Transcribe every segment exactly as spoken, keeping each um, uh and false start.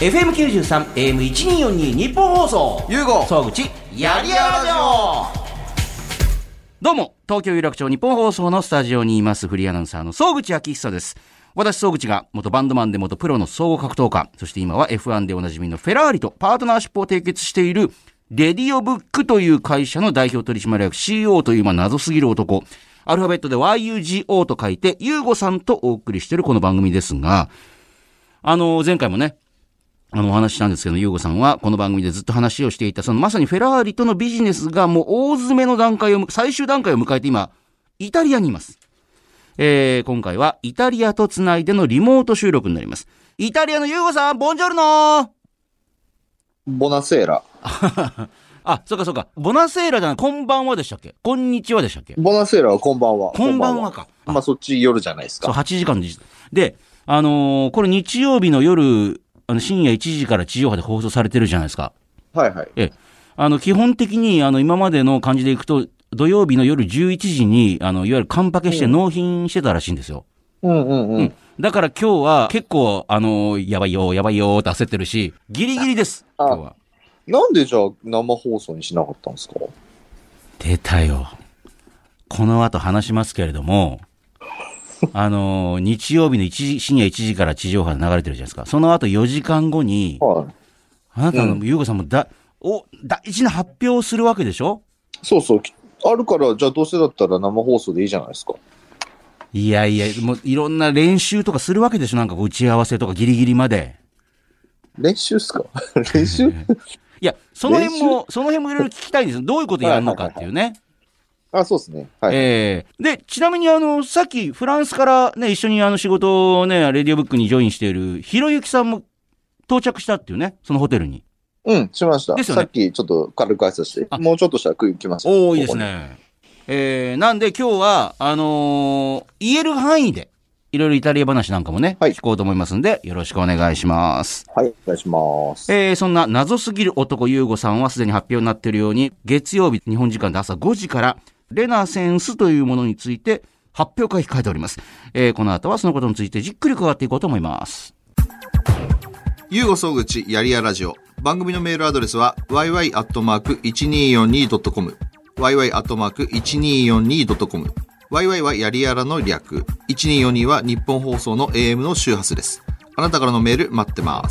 エフエムきゅうじゅうさん エーエムせんにひゃくよんじゅうに 日本放送ゆうご総口やりやらじょどうも東京有楽町日本放送のスタジオにいますフリーアナウンサーの総口昭久です。私総口が元バンドマンで元プロの総合格闘家、そして今は エフワン でおなじみのフェラーリとパートナーシップを締結しているレディオブックという会社の代表取締役 シーイーオー というまあ謎すぎる男、アルファベットで ワイユージーオー と書いてユーゴさんとお送りしているこの番組ですが、あの前回もねあのお話ししたんですけど、ユーゴさんはこの番組でずっと話をしていたそのまさにフェラーリとのビジネスがもう大詰めの段階を最終段階を迎えて今イタリアにいます。えー、今回はイタリアとつないでのリモート収録になります。イタリアのユーゴさん、ボンジョルノボナセーラ。 あ、そうかそうか。ボナセーラじゃない、こんばんはでしたっけ、こんにちはでしたっけ。 ボナセーラはこんばんは。 こんばんはか。 まあそっち夜じゃないですか。 そう、はちじかんで。あのー、これ日曜日の夜、あの深夜いちじから地上波で放送されてるじゃないですか。 はいはい。 え、あの、基本的に、あの、今までの感じでいくと、土曜日の夜じゅういちじに、あの、いわゆるカンパケして納品してたらしいんですよ。 うんうんうん。うん、 だから今日は結構、あの、やばいよ、やばいよって焦ってるし、ギリギリです、今日は。 なんでじゃあ生放送にしなかったんですか？ 出たよ。この後話しますけれども、あの、日曜日のいちじ、深夜いちじから地上波で流れてるじゃないですか。その後よじかんごに、はい、あなたの、ゆうごさんもだ、お、大事な発表をするわけでしょ？ そうそう。あるから、じゃあどうせだったら生放送でいいじゃないですか。 いやいや、もういろんな練習とかするわけでしょ？なんか打ち合わせとかギリギリまで。 練習っすか？練習いや、その辺も、その辺もいろいろ聞きたいんですよ。どういうことやるのかっていうね。はいはいはいはい、 あ、そうですね。はい。 えー、で、ちなみにあの、さっきフランスからね、一緒にあの仕事をね、レディオブックにジョインしているひろゆきさんも到着したっていうね、そのホテルに。 うん、しました。 ですよね。 さっきちょっと軽く挨拶して、もうちょっとしたら来ました。 おー、いいですね。えー、なんで今日は、あのー、言える範囲で、いろいろイタリア話なんかもね、はい、聞こうと思いますんで、よろしくお願いします。 はい、お願いします。 えー、そんな謎すぎる男ユーゴさんはすでに発表になっているように、月曜日、日本時間で朝ごじから、レナセンスというものについて発表会控えております。えー、この後はそのことについてじっくり伺っていこうと思います。 ユーゴ総口やりやラジオ。番組のメールアドレスは ワイワイアットマークいちにーよんにードットコム ワイワイアットマークいちにーよんにードットコム ワイワイ はやりやらの略、いちにーよんにーは日本放送の エーエム の周波数です。あなたからのメール待ってます。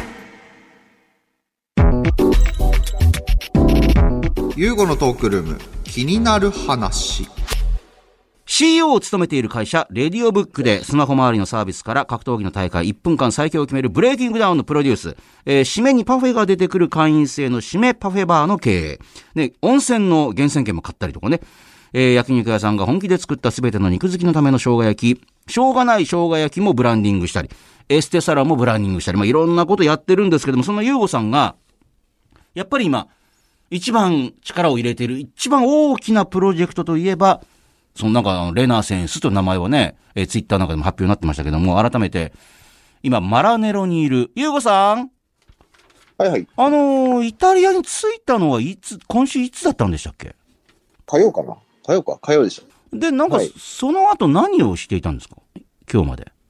ユーゴのトークルーム、気になる話。 シーイーオー を務めている会社、レディオブックでスマホ周りのサービスから格闘技の大会いっぷんかん最強を決めるブレイキングダウンのプロデュース、えー、締めにパフェが出てくる会員制の締めパフェバーの経営、ね、温泉の源泉券も買ったりとかね、えー、焼肉屋さんが本気で作ったすべての肉好きのための生姜焼き、しょうがない生姜焼きもブランディングしたり、エステサラもブランディングしたり、まあ、いろんなことやってるんですけども、そのユーゴさんが、やっぱり今、一番力を入れている一番大きなプロジェクトといえば、そのなんかレナセンスという名前はね、えー、ツイッターなんかでも発表になってましたけども、改めて今マラネロにいるユーゴさん、 はいはい。 あのー、イタリアに着いたのはいつ、今週いつだったんでしたっけ？ 火曜かな。火曜か火曜でしょ。 で、なんかその後何をしていたんですか？今日まで。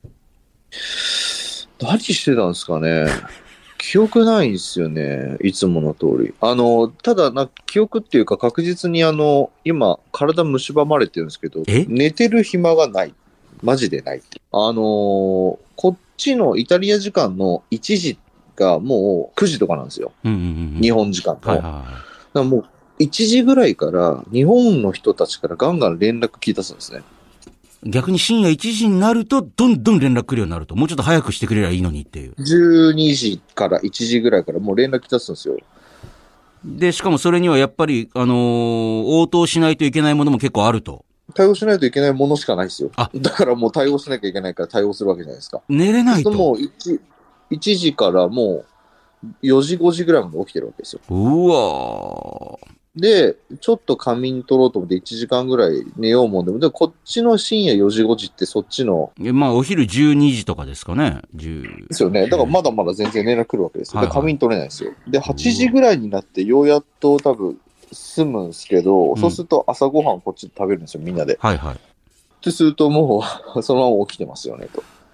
何してたんですかね。記憶ないんですよね。いつもの通り。あの、ただな、記憶っていうか確実にあの、今、体蝕まれてるんですけど、寝てる暇がない。マジでない。あのー、こっちのイタリア時間のいちじがもうくじとかなんですよ。うんうんうん、日本時間の。はいはいはい、だからもういちじぐらいから日本の人たちからガンガン連絡聞いたすんですね。 逆に深夜いちじになると、どんどん連絡来るようになると、もうちょっと早くしてくれればいいのにっていう。 じゅうにじからいちじぐらいからもう連絡来たすんですよ。 で、しかもそれにはやっぱり、あのー、応答しないといけないものも結構あると。 対応しないといけないものしかないですよ。あ、だからもう対応しなきゃいけないから対応するわけじゃないですか。 寝れないと。 もう 1, いちじからもうよじごじぐらいまで起きてるわけですよ。 うわー。 で、ちょっと仮眠取ろうと思っていちじかんぐらい寝ようもんでも、でこっちの深夜よじごじってそっちの。 まあお昼じゅうにじとかですかね。じゅうですよね。だからまだまだ全然連絡来るわけですよ。で、仮眠取れないですよ。で、はちじぐらいになってようやっと多分済むんですけど、うん、そうすると朝ごはんこっちで食べるんですよ、みんなで。 はいはい。 ってするともうそのまま起きてますよねと。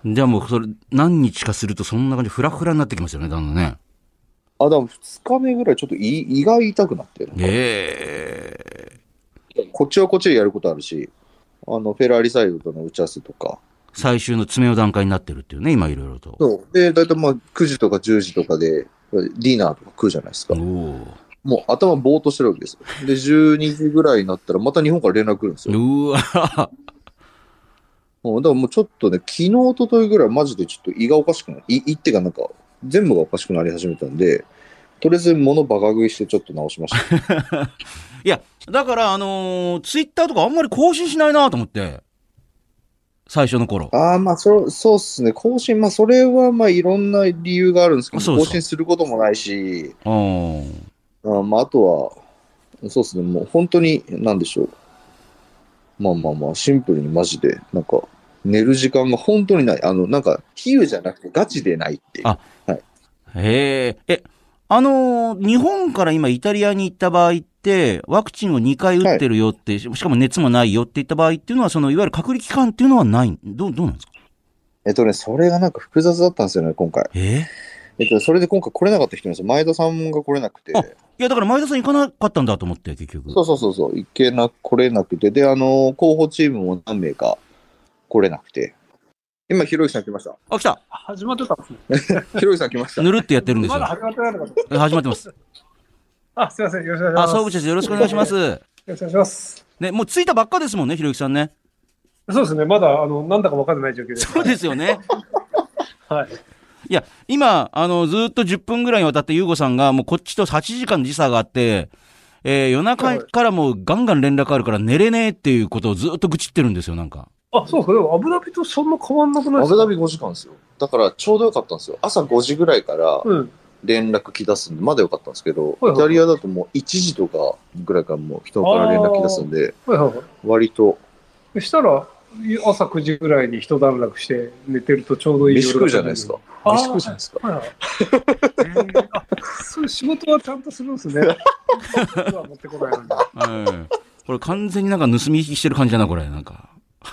じゃあもうそれ何日かするとそんな感じフラフラになってきますよね、だんだんね。 あ、でもふつかめぐらいちょっと胃胃が痛くなってる。 ええー。こっちはこっちでやることあるし、あの、フェラーリサイドとの打ち合わせとか。 最終の詰めの段階になってるっていうね、今いろいろと。 そう。で、だいたいまあくじとかじゅうじとかで、ディナーとか食うじゃないですか。 おー。 もう頭ぼーっとしてるわけですよ。で、じゅうにじぐらいになったらまた日本から連絡来るんですよ。 うわうん、だからもうちょっとね、昨日、一昨日ぐらいマジでちょっと胃がおかしくない。胃、胃ってかなんか、全部がおかしくなり始めたんで、とりあえず物バカ食いしてちょっと直しました。 いや、だからあのー、ツイッターとかあんまり更新しないなと思って。最初の頃。 ああ、まあ、そ、そうっすね。更新、まあ、それはまあ、いろんな理由があるんですけど、 そうそう更新することもないし、 あーあまあ、あとは、そうっすね。もう本当に、なんでしょう。まあまあまあ、シンプルにマジで、なんか、寝る時間が本当にない。あの、なんか、比喩じゃなくてガチでないっていう。 あ、 はい。 へえ。え、あのー、日本から今イタリアに行った場合って、ワクチンをにかい打ってるよって、はい、しかも熱もないよって言った場合っていうのは、その、いわゆる隔離期間っていうのはない、どう、どうなんですか？ えっとね、それがなんか複雑だったんですよね、今回。 ええっと、それで今回来れなかった人なんですよ。前田さんが来れなくて。 あ、いや、だから前田さん行かなかったんだと思って、結局。 そうそうそうそう、行けな、来れなくて。で、あの、候補チームも何名か来れなくて。今、ひろゆきさん来ました。 あ、来た。 始まってたんですね。 ひろゆきさん来ました。 ぬるってやってるんですよ。 まだ始まってないのかと。 始まってます。 あ、すいません。よろしくお願いします。 あ、総口です。よろしくお願いします。よろしくお願いします。 ね、もう着いたばっかですもんね、ひろゆきさんね。 そうですね。まだ、あの、なんだか分かんない状況です。 そうですよね。 はい。 いや、今、あの、ずっとじゅっぷんぐらいにわたってゆうごさんが、もうこっちとはちじかんの時差があって、えー、夜中からもうガンガン連絡あるから寝れねえっていうことをずっと愚痴ってるんですよ、なんか。 あ、そうですか。でも、アブダビとそんな変わんなくないですか？ アブダビごじかんですよ。だから、ちょうどよかったんですよ。朝ごじぐらいから連絡来出すんで、まだよかったんですけど、 うん、 イタリアだともういちじとかぐらいからもう人から連絡来出すんで、はいはいはい、割と。 そしたら、朝くじぐらいに一段落して寝てるとちょうどいい夜。飯食うじゃないですか。飯食うじゃないですか。はいはいえー、あ、そういう仕事はちゃんとするんですね。僕は持ってこないのに。 うん、これ完全になんか盗み聞きしてる感じだな、これ、なんか。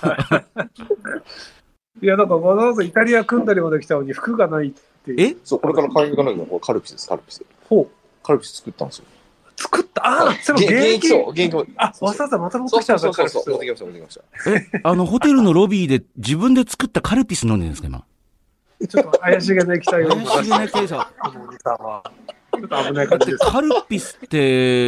いや、なんかわざわざイタリア組んだりまで来たのに服がないって。 えそう、これから買いに行かないのカルピスです、カルピス。 ほう。 カルピス作ったんですよ。 作ったああ、それも現役そう、現役あ、わざわざまた持ってきたんですか？ そうそうそう、持ってきました、持ってきました。 え、あの、ホテルのロビーで自分で作ったカルピス飲んでるんですか、今。 ちょっと怪しげな液体を。 怪しげな液体さ。 ちょっと危ない感じです。 カルピスって、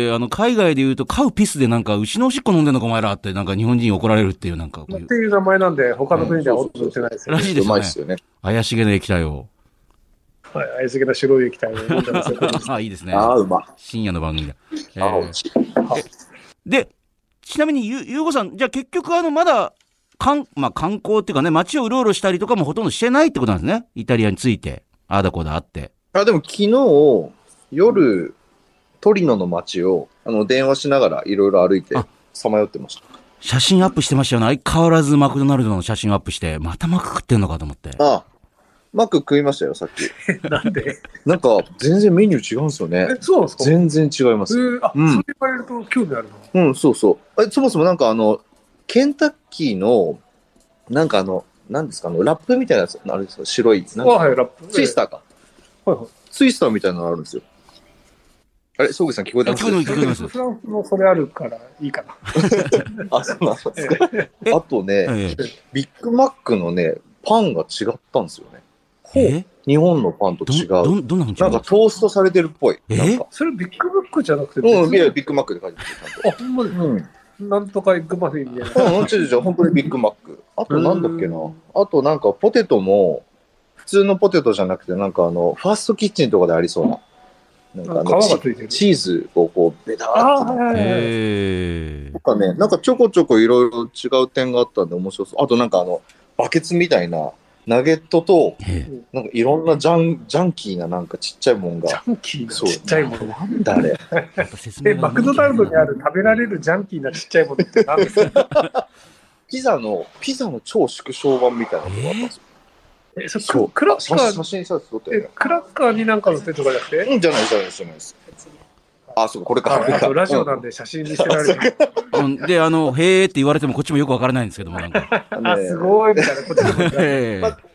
あの、海外で言うと、カウピスでなんか、牛のおしっこ飲んでんのかお前らって、なんか日本人に怒られるっていう、なんかこういう。 っていう名前なんで、他の国ではほとんど売ってないですよね。らしいですよね。 うまいですよね。 怪しげな液体を。 はい、怪しげな白い液体を飲んでますよ。 あ、いいですね。 ああ、うま。 深夜の番組だ。 えー、あ、美味しい。 で、ちなみにゆ、ゆうごさん、じゃあ結局あの、まだ、かん、まあ、観光っていうかね、街をうろうろしたりとかもほとんどしてないってことなんですね。イタリアについて。ああだこうだあって。 あ、でも昨日、夜、トリノの街を、あの、電話しながらいろいろ歩いて、さまよってました。 写真アップしてましたよね。相変わらずマクドナルドの写真アップして、またマック食ってんのかと思って。 ああ。マック食いましたよ、さっき。 なんでなんか、全然メニュー違うんですよね。 え、そうなんですか？ 全然違います。 えー、あ、うん、それ言われると興味あるな。うん、そうそう。え、そもそもなんかあの、ケンタッキーの、なんかあの、なんですか、あの、ラップみたいなやつ、あれですか、白い。なんかはい、ラップ。 ツイスターか。 はいはい。 ツイスターみたいなのあるんですよ。あれ、総口さん聞こえてます？ 聞こえてます、聞こえてます。 フランスもそれあるからいいかな。 あ、そうなんですか。あとね、ビッグマックのね、パンが違ったんですよね。 え？ 日本のパンと違う。 ど、どんなふうに違う？ なんかトーストされてるっぽい。 え？ なんかそれビッグマックじゃなくて、 うん、ビッグマックで書いてある。あ、ほんまですか？うん。なんとかエッグマフィンみたいな。 うん、ちょちょ、本当にビッグマック。あとなんだっけな。あとなんかポテトも、普通のポテトじゃなくて、なんかあの、ファーストキッチンとかでありそうな。なんかあの、チーズをこう、ベターってなって。 へー。 とかね、なんかちょこちょこいろいろ違う点があったんで面白そう。あとなんかあの、バケツみたいな、ナゲットと、なんかいろんなジャン、ジャンキーななんかちっちゃいもんが。 ジャンキーなちっちゃいもの。 なんだあれ。 え、マクドナルドにある食べられるジャンキーなちっちゃいものって何ですか？ ピザの、ピザの超縮小版みたいなのがあったんですよ。 え、そクラッカー、 写真さ、撮ったよね。 クラッカーになんかのってとかじゃなくて？ うん、じゃない、じゃない、じゃないです。あ、そうか、これか。 ラジオなんで写真見せられる。 うん、で、あの、へーって言われてもこっちもよくわからないんですけども、なんか。 あ、すごいみたいな、こっちも。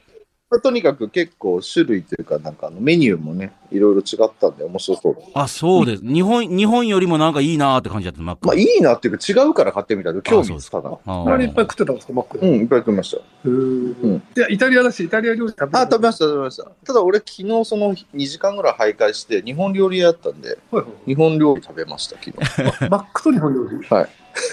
とにかく結構種類というか、なんかあのメニューもね、いろいろ違ったんで面白そうだ。 あ、そうです。日本、日本よりもなんかいいなーって感じだった、マック。 まあいいなっていうか違うから買ってみたら興味ですただ。 あれいっぱい食ってたんですか、マックで。 うん、いっぱい食いました。 へー。うん。いや、イタリアだし、イタリア料理食べあ、食べました、食べました。ただ俺昨日そのにじかんぐらい徘徊して日本料理屋やったんで、はいはい、日本料理食べました、昨日。 マックと日本料理はい。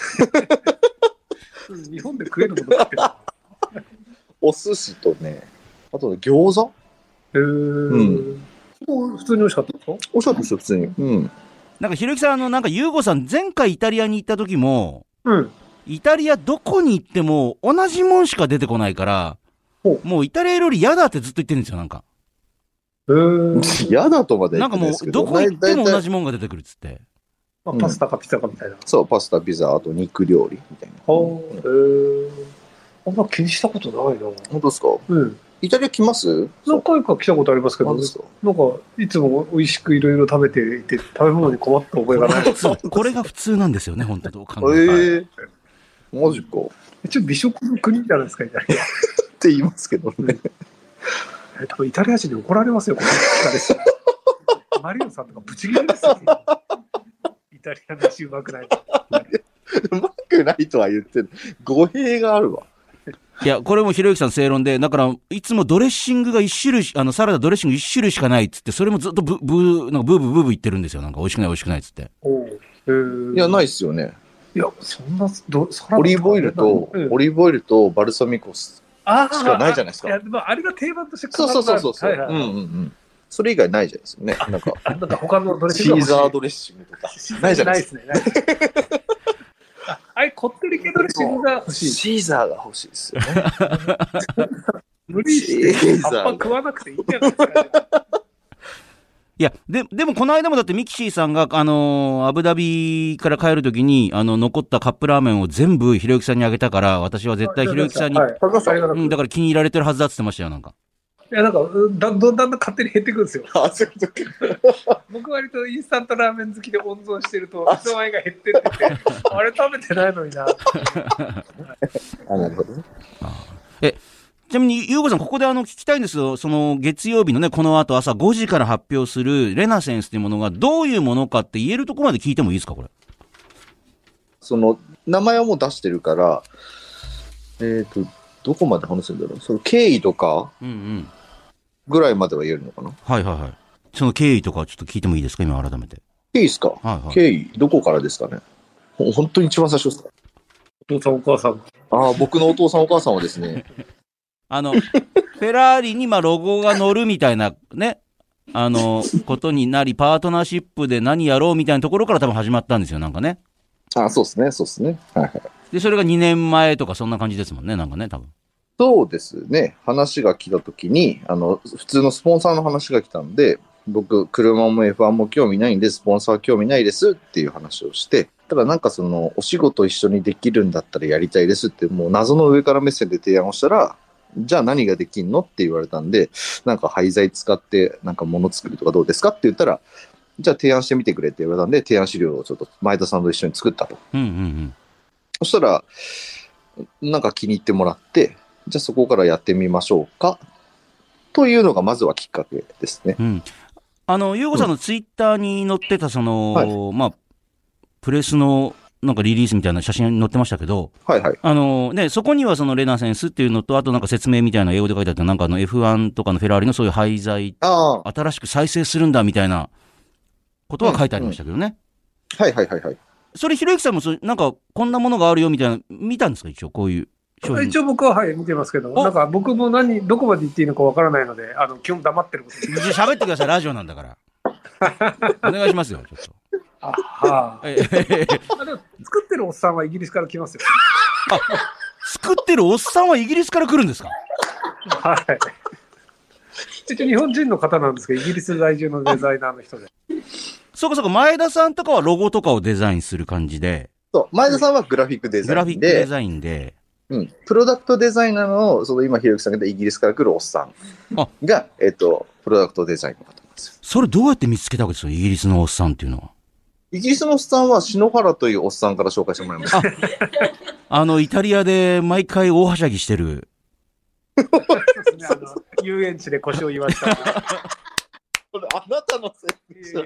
日本で食えるもの食ってる。 お寿司とね、あと餃子。 へー。うん。普通に美味しかったですか？ 美味しかったですよ、普通に。うん。 なんかひろゆきさん、あの、なんかゆうごさん前回イタリアに行った時も、 うん。 イタリアどこに行っても同じもんしか出てこないから、もうイタリア料理嫌だってずっと言ってるんですよ、なんか。 へー。嫌だとまで言ってなんかもうどこ行っても同じもんが出てくるっつって。 まあ、パスタかピザかみたいな、うん。 そう、パスタ、ピザ、あと肉料理みたいな。 はあ、へー。あんま気にしたことないな。 本当ですか？ うん。 イタリア来ます？ 何回か来たことありますけど、なんかいつも美味しくいろいろ食べていて、食べ物に困った覚えがない。 これが普通なんですよね、本当どう考えたら。えー、マジか。 一応美食の国じゃないですか、イタリア。 って言いますけどね。 多分イタリア人に怒られますよ、この聞かれて。マリオさんとかブチギレですよ、ね。イタリアの飯うまくない。 うまくないとは言ってる。語弊があるわ。 いや、これもひろゆきさん正論で、だから、いつもドレッシングが一種類、あの、サラダドレッシング一種類しかないっつって、それもずっとブ、ブ、なんかブーブーブーブー言ってるんですよ。なんか美味しくない美味しくないっつって。 おへいや、ないっすよね。 いや、そんな、どサラダオリーブオイルと、うん、オリーブオイルとバルサミコ酢しかないじゃないですか。 いや、まあ、あれが定番としてそうそうそうそうそう、はいはいはい。うんうんうん。それ以外ないじゃないですかね。なんか、 なんか他のドレッシング。シーザードレッシングとか。ないじゃないですか。ないですね。 あ、あれ、こってり系ドレッシングが欲しい。 シーザーが欲しいですよね。 無理して葉っぱ食わなくていいんじゃないですか。 いや、で、でもこの間もだってミキシーさんが、あのー、アブダビから帰るときに、あの、残ったカップラーメンを全部ひろゆきさんにあげたから、私は絶対ひろゆきさんに、はい、うん、だから気に入られてるはずだって言ってましたよ、なんか。 いや、なんか、だんだんだんだん勝手に減ってくるんですよ。あ、そういうこと僕割とインスタントラーメン好きで温存してると、いつの間にか減ってってて、あれ食べてないのにな。 あ、なるほどね。 え、ちなみに、ゆうごさん、ここであの、聞きたいんですよ。その、月曜日のね、この後朝ごじから発表する、レナセンスというものがどういうものかって言えるところまで聞いてもいいですか、これ。 その、名前はもう出してるから、えっと、どこまで話すんだろう。その経緯とか、うんうん。ぐらいまでは言えるのかな。 はいはいはい。その経緯とかちょっと聞いてもいいですか、今改めて。 経緯ですか、はいはい、経緯、どこからですかね。ほ本当に一番最初ですか。 お父さんお母さん。 ああ、僕のお父さんお母さんはですね。 あの、フェラーリにまあロゴが乗るみたいなね、あの、ことになり、パートナーシップで何やろうみたいなところから多分始まったんですよ、なんかね。 ああ、そうですね、そうですね。はいはい。 で、それがにねんまえとかそんな感じですもんね、なんかね、多分。 そうですね。話が来たときに、あの、普通のスポンサーの話が来たんで、僕、車も エフワン も興味ないんで、スポンサー興味ないですっていう話をして、ただなんかその、お仕事一緒にできるんだったらやりたいですって、もう謎の上から目線で提案をしたら、じゃあ何ができんのって言われたんで、なんか廃材使ってなんか物作るとかどうですかって言ったら、じゃあ提案してみてくれって言われたんで、提案資料をちょっと前田さんと一緒に作ったと。うんうんうん、そしたら、なんか気に入ってもらって、じゃあそこからやってみましょうかというのがまずはきっかけですね。 うん、あの、ゆうごさんのツイッターに載ってたその、はい、まあ、プレスのなんかリリースみたいな写真載ってましたけど、 はいはい。 あのね、そこにはそのレナセンスっていうのと、あとなんか説明みたいな英語で書いてあって、なんかあの エフワン とかのフェラーリのそういう廃材、新しく再生するんだみたいなことは書いてありましたけどね。 うんうん、はいはいはいはい。 それひろゆきさんもそなんかこんなものがあるよみたいな、見たんですか一応こういう。 一応僕ははい見てますけど、なんか僕も何どこまで言っていいのかわからないので、あの基本黙ってることで。 じゃあ喋ってください、ラジオなんだから。お願いしますよ、ちょっと。あはあ。ええあでも作ってるおっさんはイギリスから来ますよ。 あ、作ってるおっさんはイギリスから来るんですか。 はい。一応日本人の方なんですけど、イギリス在住のデザイナーの人で。 そうかそうか、前田さんとかはロゴとかをデザインする感じで。 そう、前田さんはグラフィックデザインで。 グラフィックデザインで。 うん、プロダクトデザイナーの、その今、ひろゆきさんが言ったイギリスから来るおっさんが、えっと、プロダクトデザインの方なんですよ。 それどうやって見つけたわけですか、イギリスのおっさんっていうのは。 イギリスのおっさんは、篠原というおっさんから紹介してもらいました。 あ, あの、イタリアで毎回大はしゃぎしてる。 ね、あの遊園地で腰を言わしたら。 これあなたのせいでしょ。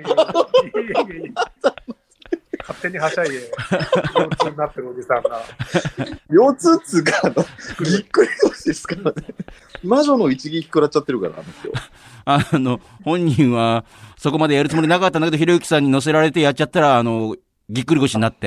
勝手にはしゃいで腰痛になってるおじさんが。 腰痛っつうか、あの、ぎっくり腰ですからね。魔女の一撃食らっちゃってるから、あの人。 あの、本人はそこまでやるつもりなかったんだけど、ひろゆきさんに乗せられてやっちゃったら、あの、ぎっくり腰になって。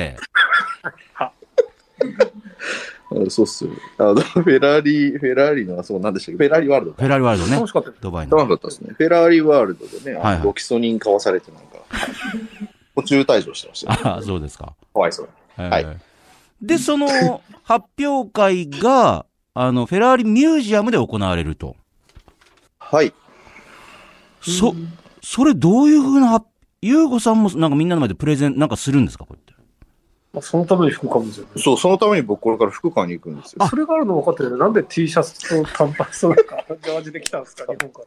そうっすよ。あの、フェラーリ、フェラーリの、そうなんでしたっけ、フェラーリワールド。 フェラーリワールドね。 楽しかった。 ドバイの。 楽しかったですね。フェラーリワールドでね、 はいはい、 ロキソニン買わされてなんか、途中退場してました、 ね。ああ、そうですか。 かわいそう。はい。 で、その発表会が、あの、フェラーリミュージアムで行われると。 はい。 そ、それどういうふうな、ゆうごさんもなんかみんなの前でプレゼンなんかするんですか、こうやって。 そのために服買うんですよね。 そう、そのために僕これから服買いに行くんですよ。 それがあるの分かってるよね。なんで T シャツと短パンとなんかジャージで来たんですか、日本から。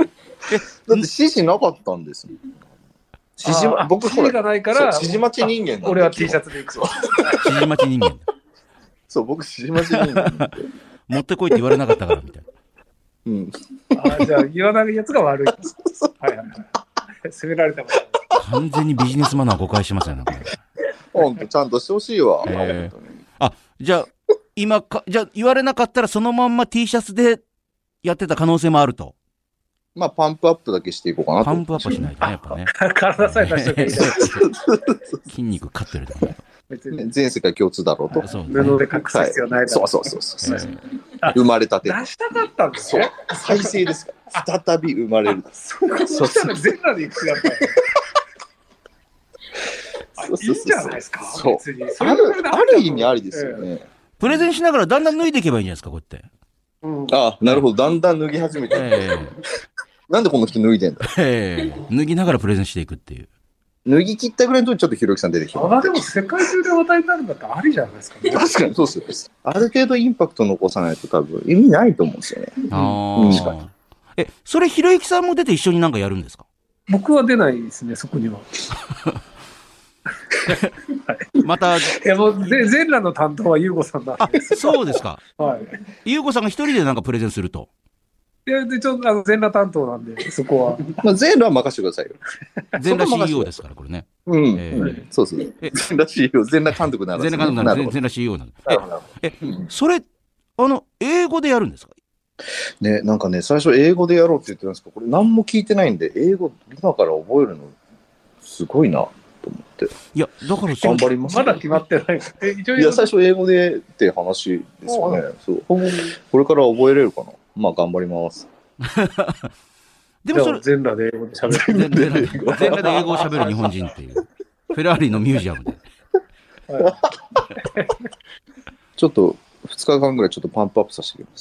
え、だって指示なかったんですよ。指示ま、僕ほら、がないから、 指示待ち人間なんで。 俺は T シャツで行く。 指示待ち人間。 そう、僕指示待ち人間。 持ってこいって言われなかったからみたいな。 うん。 あ、じゃあ言わないやつが悪い。はいはいはい。責められてます、ね。 完全にビジネスマナー誤解してますよね。 ほんと、ちゃんとしてほしいわ。 えー、あ、じゃあ、今か、じゃあ言われなかったらそのまんま T シャツでやってた可能性もあると。 まあ、パンプアップだけしていこうかなと。 パンプアップしないとね、やっぱね。 体さえ出しておけばいい。 筋肉勝ってるとかね。 全世界共通だろうと。 そうね、布で隠す必要ないだろう、 はい、そうそうそうそう、えー。生まれたて。 出したかったんですね。 再生ですから。再び生まれる。 そうそうそう。全裸で行くやった。いいんじゃないですか。 そう。ある、ある意味ありですよね、えー。 プレゼンしながらだんだん脱いでいけばいいんじゃないですか、こうやって。 うん、ああ、なるほど。だんだん脱ぎ始めて。えー、なんでこの人脱いでんだ、 えー、脱ぎながらプレゼンしていくっていう。 脱ぎ切ったぐらいの時にちょっとひろゆきさん出てきた。 あ、でも世界中で話題になるんだったらありじゃないですか、ね。 確かにそうですよ。ある程度インパクト残さないと多分意味ないと思うんですよね。 ああ、確かに。え、それひろゆきさんも出て一緒になんかやるんですか？ 僕は出ないですね、そこには。 はい、また。いやもう全裸の担当はゆうごさんなんで。 あ、そうですか。 はい。 ゆうごさんが一人でなんかプレゼンすると。 いや、で、ちょっとあの全裸担当なんで、そこは。 まあ、全裸は任せてくださいよ。 全裸 シーイーオー ですから、これね。 うん。えー、そうそう。全裸 シーイーオー、全裸監督なら。 全裸監督なら、全裸 シーイーオー なの。え、え、それ、あの、英語でやるんですか？ ね、なんかね、最初英語でやろうって言ってたんですけど、これ何も聞いてないんで、英語今から覚えるの、すごいな。と思って。 いや、だから頑張ります、 ね。まだ決まってない。 え、一応いや、最初英語でって話ですよね。そう。これから覚えれるかな。まあ、頑張ります。 でもそれ、全裸で英語で喋る。 全裸で英語を喋る日本人っていう。フェラーリのミュージアムで。 はい、 ちょっと、ふつかかんぐらいちょっとパンプアップさせてきます。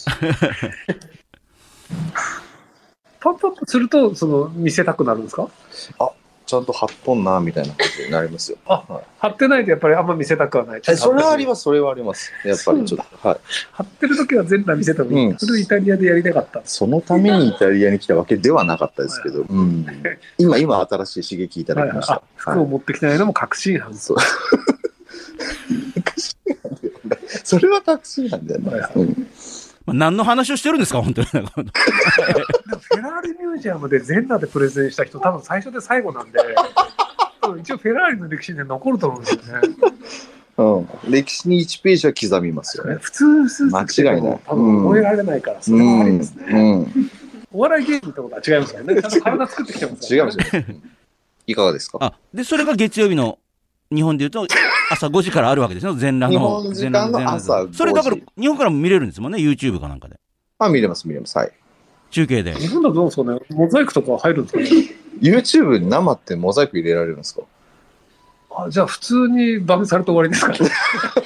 パンプアップすると、その、見せたくなるんですか？ あ、ちゃんと貼っとんなみたいな感じになりますよ。 あ、はい、貼ってないとやっぱりあんま見せたくはない。 それはあります、それはあります。やっぱりちょっと、はい。 貼ってる時は全裸見せた方がいい。うん、それをイタリアでやりたかった。 そのためにイタリアに来たわけではなかったですけど、うん、今、今新しい刺激いただきました。はいはい、服を持ってきてないのも確信犯。 そう。確信犯だよね。それは確信犯だよね。はいはい、うん何の話をしてるんですか、本当に。でもフェラーリミュージアムで全裸でプレゼンした人、多分最初で最後なんで、一応フェラーリの歴史で残ると思うんですよね。 うん、歴史にいちページは刻みますよね。 普通スーツ間違いない。 多分覚えられないから、それはありですね。うんうん、お笑い芸人ってことは違いますからね。ちゃんと体作ってきてますから、ね。 違いますよ、ね。いかがですか？ あ、で、それが月曜日の日本でいうと、朝ごじからあるわけですよ、全裸の。 日本時間の朝ごじ。 それだから、日本からも見れるんですもんね、YouTube かなんかで。 あ、見れます、見れます。はい。 中継で。 日本だとどうですかね、モザイクとか入るんですかね。 YouTube に生ってモザイク入れられるんですか？ あ、じゃあ普通にバンされて終わりですかね。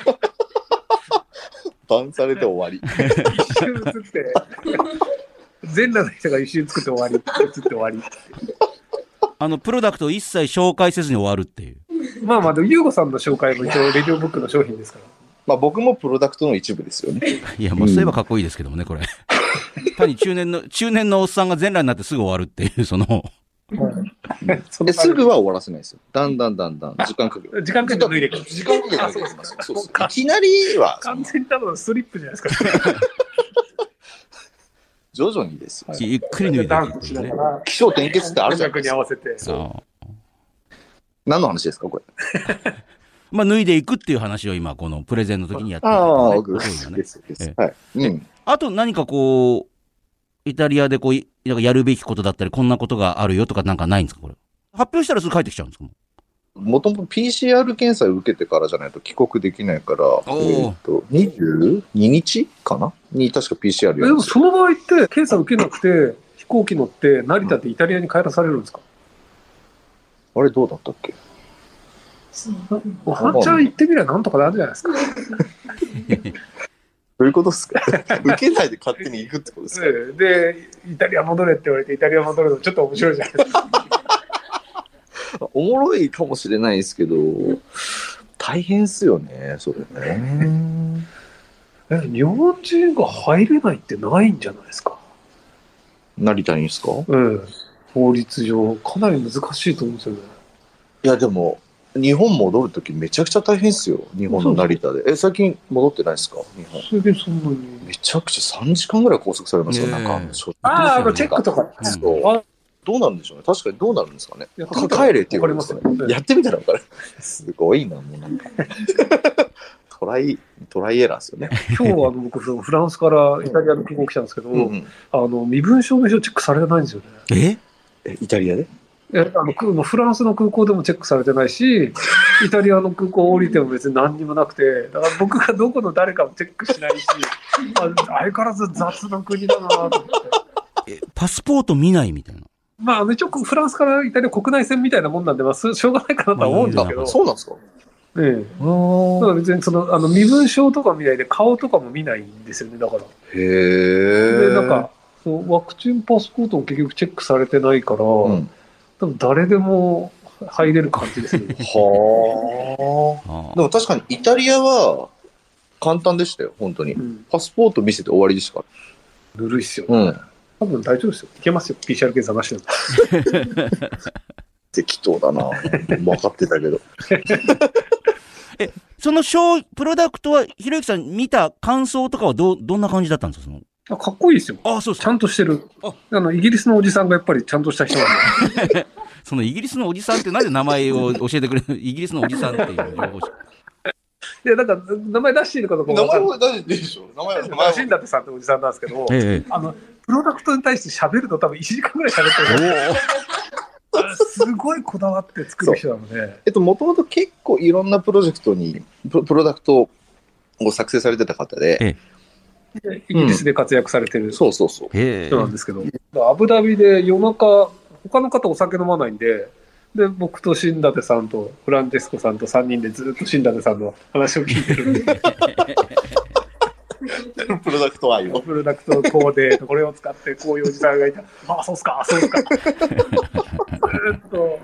バンされて終わり。 一瞬映って、全裸の人が一瞬作って終わり、映って終わり。 あの、プロダクトを一切紹介せずに終わるっていう。 まあまあ、でも、ゆうごさんの紹介も一応、レディオブックの商品ですから。 まあ、僕もプロダクトの一部ですよね。 いや、もうそういえばかっこいいですけどもね、これ。単に中年の、中年のおっさんが全裸になってすぐ終わるっていう、その。 ですぐは終わらせないですよ。だんだんだんだん、時間かける。 時間かけて脱いでいく。 時間かけて脱いでいきます。そうそう。いきなりは。 完全にただのスリップじゃないですか。 徐々にですよ。 ゆっくり脱いでダいくね。 ンスしながら、 気象転結ってあるじゃない音楽ですか。 に合わせて。 そう何の話ですか、これ。 まあ、脱いでいくっていう話を今、このプレゼンの時にやってる、ね。 ああ、 そうですだね。 ですです。 ええはい。うん。 あと何かこう、イタリアでこう、いなんかやるべきことだったり、こんなことがあるよとかなんかないんですか、これ。発表したらすぐ帰ってきちゃうんですか、ももともと ピーシーアール 検査を受けてからじゃないと帰国できないから、えっと、にじゅうににちかなに確か ピーシーアール やでもるんですよ。 その場合って検査受けなくて飛行機乗って成田ってイタリアに帰らされるんですか？ あれどうだったっけ？ ワンチャン行ってみればなんとかなるじゃないですか。 どういうことですか？受けないで勝手に行くってことですか？ で、イタリア戻れって言われてイタリア戻るのちょっと面白いじゃないですか。 おもろいかもしれないですけど、大変っすよね、それね。 え、日本人が入れないってないんじゃないですか。 成田にですか？ うん。法律上、かなり難しいと思うんですよね。 いや、でも、日本戻るときめちゃくちゃ大変っすよ、日本の成田で。え、最近戻ってないですか？日本。 それでそんなに。 めちゃくちゃさんじかんぐらい拘束されますよ、 ねえなんかあのしょ。 ああ、あのチェックとか。 そうあどうなるんでしょうね。確かにどうなるんですかね。 やか帰れって言われますね。 わかりますよやってみたら分かる。すごいな、もうなんか。トライ、トライエラーですよね。 今日はあの僕、フランスからイタリアの空港来たんですけど、 うんうんあの身分証明書チェックされてないんですよね。 ええ、イタリアでえあの空フランスの空港でもチェックされてないし、イタリアの空港降りても別に何にもなくて、だから僕がどこの誰かもチェックしないし、あ相変わらず雑な国だなと思って。 えパスポート見ないみたいな。 まあ、あの一応フランスからイタリア国内線みたいなもんなんで、まあ、しょうがないかなとは思うんですけど、 そうなんですか？ ええ、だから別にそのあの身分証とか見ないで顔とかも見ないんですよね、だから。 へえ。 で、なんか、そうワクチンパスポートも結局チェックされてないから、 うん多分誰でも入れる感じですよね。 はあ。でも確かにイタリアは簡単でしたよ、本当に。 うん、 パスポート見せて終わりでしたかぬるいっすよ、 ら。 ね。 うん。 多分大丈夫ですよ。いけますよ。ピーシーアール 検査なしでも。 適当だな。分かってたけど。 え、そのショー、プロダクトは、ひろゆきさん見た感想とかはど、どんな感じだったんですか？そのあかっこいいですよ。 あ、そうですちゃんとしてる。 ああのイギリスのおじさんがやっぱりちゃんとした人なんで。 そのイギリスのおじさんってなんで名前を教えてくれるイギリスのおじさんっていう情報誌。 いや、なんか名前出していいのかどうか名わかんない。 前は大丈夫でしょ。名前は名前マシンダってさんっておじさんなんですけど、 ええ、 あのプロダクトに対して喋ると多分いちじかんぐらい喋ってる。すごいこだわって作る人なので。 えっと、もともと結構いろんなプロジェクトに、プロプロダクトを作成されてた方で、 えでイギリスで活躍されてる人そうそうそう。 えなんですけど、アブダビで夜中、他の方お酒飲まないんで、で、僕と新舘さんとフランチェスコさんとさんにんでずっと新舘さんの話を聞いてるんで、 プロダクト愛を。 プロダクトコーデ、これを使ってこういうおじさんがいた。ああ、そうっすか、そうっすか。ずーっと。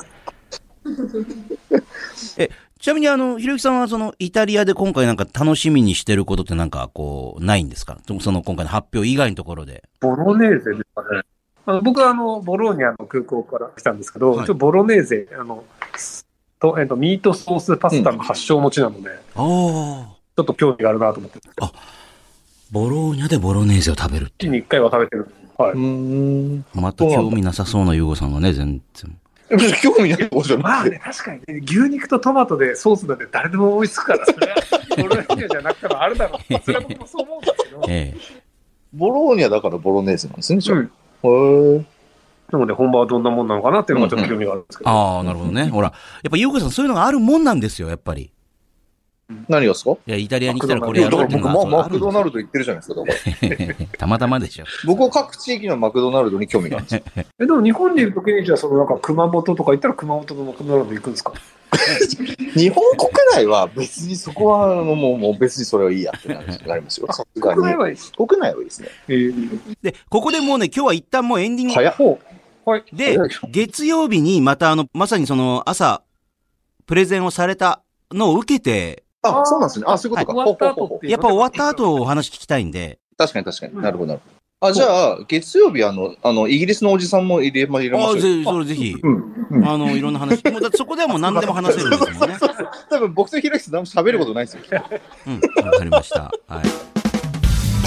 え、ちなみにあの、ひろゆきさんはその、イタリアで今回なんか楽しみにしてることってなんかこう、ないんですか？その今回の発表以外のところで。 ボロネーゼですかね。あの僕はあの、ボローニャの空港から来たんですけど、 はい、 ちょボロネーゼ、あの、とえっと、ミートソースパスタの発祥持ちなので、うん、ちょっと興味があるなと思って。 あ、ボローニャでボロネーゼを食べるって。 月にいっかいは食べてる。はい。 うんまた興味なさそうなユーゴさんがね、全然。 興味ないことじゃない。 まあね、確かにね、牛肉とトマトでソースなんて誰でも思いつくから、それはボロネーゼじゃなくてもあるだろう。それは僕もそう思うんですけど。 ええ、 ボローニャだからボロネーゼなんですね、じゃあ。 うんへえ。 なので本場はどんなもんなのかなっていうのがちょっと興味があるんですけど。 うんうん、ああ、なるほどね。ほら、やっぱユーゴさんそういうのがあるもんなんですよ、やっぱり。 何がですか？ いや、イタリアに来たらこれやろうっていうのは。 僕、マクドナルド行ってるじゃないですか。 たまたまでしょ。 僕は各地域のマクドナルドに興味があるんです。 え、でも日本にいるときに、じゃあそのなんか熊本とか行ったら熊本のマクドナルド行くんですか？ 日本国内は別にそこはもうもう別にそれはいいやってなりますよ。さすがに。 国内はいいです。 国内はいいですね。 えー、 で、ここでもうね、今日は一旦もうエンディング。 早っ。 はい。 で、月曜日にまたあの、まさにその朝、プレゼンをされたのを受けて、 あ、そうなんですね。あ、そういうことか。 終わった後っていう。 やっぱ終わった後お話聞きたいんで。 確かに確かに。なるほどなるほど。あ、じゃあ、月曜日あの、あの、イギリスのおじさんも入れま、入れましょう。 あ、ぜそれぜひ。うんうん、あの、いろんな話。もうだってそこではもう何でも話せるんですもんね。 多分僕とひろゆきさん何も喋ることないですよ。 うん、わかりました。はい。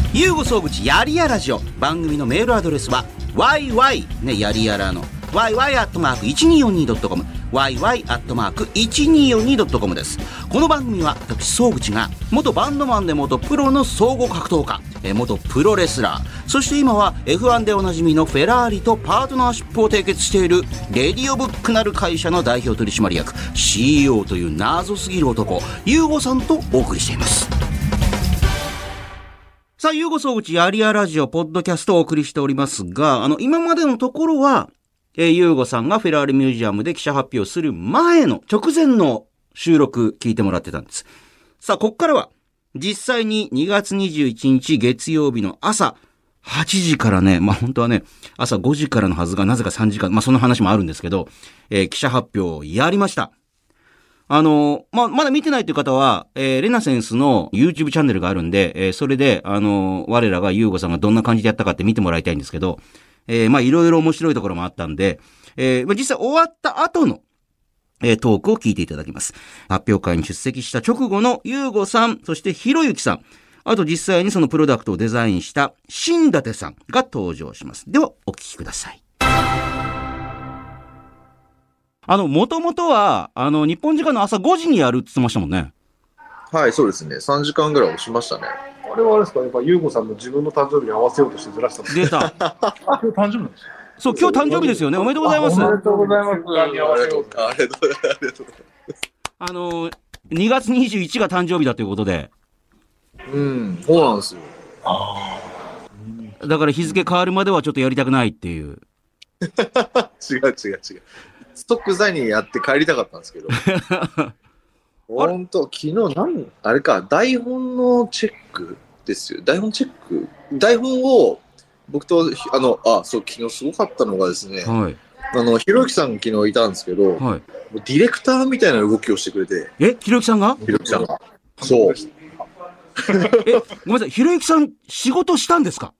ゆうご総口やりやラジオ。番組のメールアドレスは ワイワイ ね、やりやらの ワイワイ アットマーク いちにーよんにー ドットコム ワイワイ アットマーク いちにーよんにー ドットコム です。この番組は私総口が元バンドマンで元プロの総合格闘家、え元プロレスラー、そして今は エフワン でおなじみのフェラーリとパートナーシップを締結しているレディオブックなる会社の代表取締役 シーイーオー という謎すぎる男ゆうごさんとお送りしています。さあ、ゆうご総口やりやラジオポッドキャストをお送りしておりますが、あの今までのところはえー、ゆうごさんがフェラーリミュージアムで記者発表する前の直前の収録聞いてもらってたんです。さあ、こっからは実際ににがつにじゅういちにち月曜日の朝はちじからね、まあ本当はね、朝ごじからのはずがなぜかさんじかん、まあその話もあるんですけど、えー、記者発表をやりました。あのー、まあ、まだ見てないという方は、えー、レナセンスの YouTube チャンネルがあるんで、えー、それで、あのー、我らがゆうごさんがどんな感じでやったかって見てもらいたいんですけど、えー、まあ、いろいろ面白いところもあったんで、えー、まあ、実際終わった後の、えー、トークを聞いていただきます。発表会に出席した直後のゆうごさん、そしてひろゆきさん、あと実際にそのプロダクトをデザインした新舘さんが登場します。では、お聞きください。あの、もともとは、あの、日本時間の朝ごじにやるって言ってましたもんね。 はい、そうですね。さんじかんぐらい押しましたね。 あれはあれですか、やっぱ、ゆうごさんの自分の誕生日に合わせようとしてずらしたんです出た。 あ、今日誕生日なんですそう、今日誕生日ですよね。おめでとうございます。 おめでとうございます。 ありがとうございます。ありがとうございます。 あの、にがつにじゅういちが誕生日だということで。 うん、そうなんですよ。 だから日付変わるまではちょっとやりたくないっていう。 違う違う違う。ストックザにやって帰りたかったんですけど。本当昨日何、あれか、台本のチェックですよ。台本チェック台本を、僕と、あの、あ、そう、昨日すごかったのがですね、はい、あの、ひろゆきさん昨日いたんですけど、はい、ディレクターみたいな動きをしてくれて。 えひろゆきさんがひろゆきさんが。そう。 え、ごめんなさい、ひろゆきさん仕事したんですか？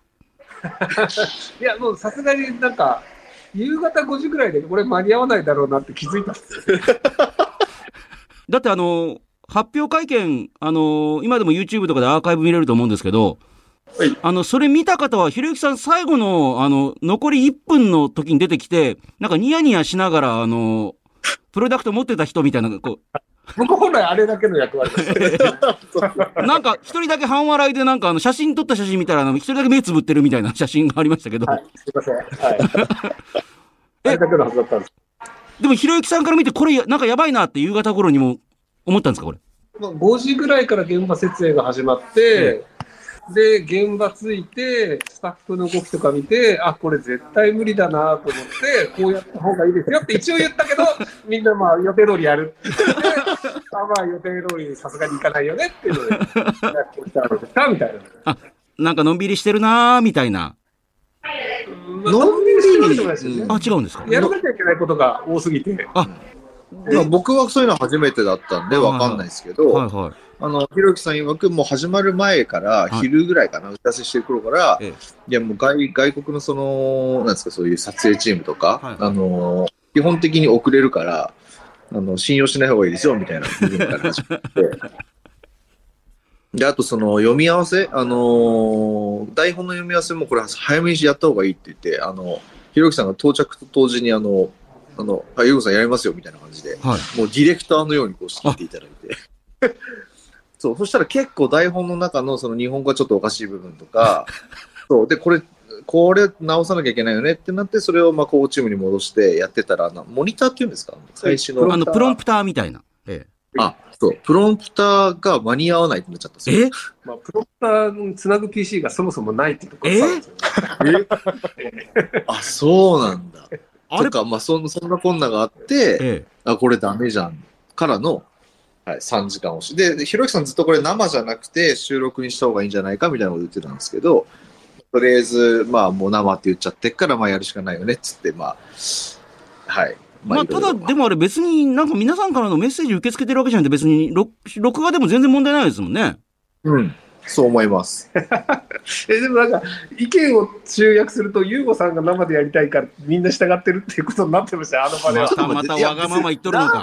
いや、もうさすがになんか、夕方ごじぐらいでこれ間に合わないだろうなって気づいたんですよ。 だってあの、発表会見、あの、今でも YouTube とかでアーカイブ見れると思うんですけど、はい、あの、それ見た方は、ひろゆきさん最後の、あの、残りいっぷんの時に出てきて、なんかニヤニヤしながら、あの、プロダクト持ってた人みたいな、こう。 僕本来あれだけの役割です。 なんか、一人だけ半笑いで、なんかあの、写真撮った写真見たら、一人だけ目つぶってるみたいな写真がありましたけど。 はい、すいません。はい。あれだけのはずだったんです。 でも、ひろゆきさんから見て、これ、なんかやばいなって夕方頃にも思ったんですか、これ。 ごじぐらいから現場設営が始まって、うん、で、現場着いて、スタッフの動きとか見て、あ、これ絶対無理だなと思って、こうやった方がいいですよって一応言ったけど、みんなまあ予定通りやるって言って、あ、まあ予定通りさすがにいかないよねっていうので、やってきたのですかみたいな。 あ、なんかのんびりしてるなーみたいな。 のんびりしてるわけじゃないですよね。 あ、違うんですか？ やらなきゃいけないことが多すぎて。 あ、 で僕はそういうの初めてだったんでわかんないですけど、 はいはい、 あのひろゆきさん曰くもう始まる前から昼ぐらいかな、はい、打ち合わせしてる頃から、ええ、いやもう 外, 外国のそのなんですかそういう撮影チームとか、はいはい、あの基本的に遅れるからあの信用しない方がいいですよみたいな部分から始まってであとその読み合わせあの台本の読み合わせもこれ早めにやった方がいいって言ってあのひろゆきさんが到着と同時にあのあの、あ、ゆうごさんやりますよみたいな感じで、はい、もうディレクターのようにこう仕切っていただいて。そう、そしたら結構台本の中のその日本語がちょっとおかしい部分とか、そう、で、これ、これ直さなきゃいけないよねってなって、それをまあコーチームに戻してやってたら、モニターっていうんですか最初の。 あの、プロンプターみたいな。ええ、 あ、そう、プロンプターが間に合わないってなっちゃったんですよ。 えまあ、プロンプターにつなぐ ピーシー がそもそもないっていうところがあるんですよ。 えあ、そうなんだ。とか、まあそん、そんなこんながあって、ええ、あ、これダメじゃんからの、はい、さんじかん押し。で、ひろゆきさんずっとこれ生じゃなくて収録にした方がいいんじゃないかみたいなこと言ってたんですけど、とりあえず、まあもう生って言っちゃってっから、まあやるしかないよねっつって、まあ、はい。 まあ、まあ、ただ、でもあれ別になんか皆さんからのメッセージ受け付けてるわけじゃなくて別に録、録画でも全然問題ないですもんね。 うん。そう思います。 えでもなんか意見を集約するとゆうごさんが生でやりたいからみんな従ってるっていうことになってましたよあの場では。 またまたわがまま言っとるのか。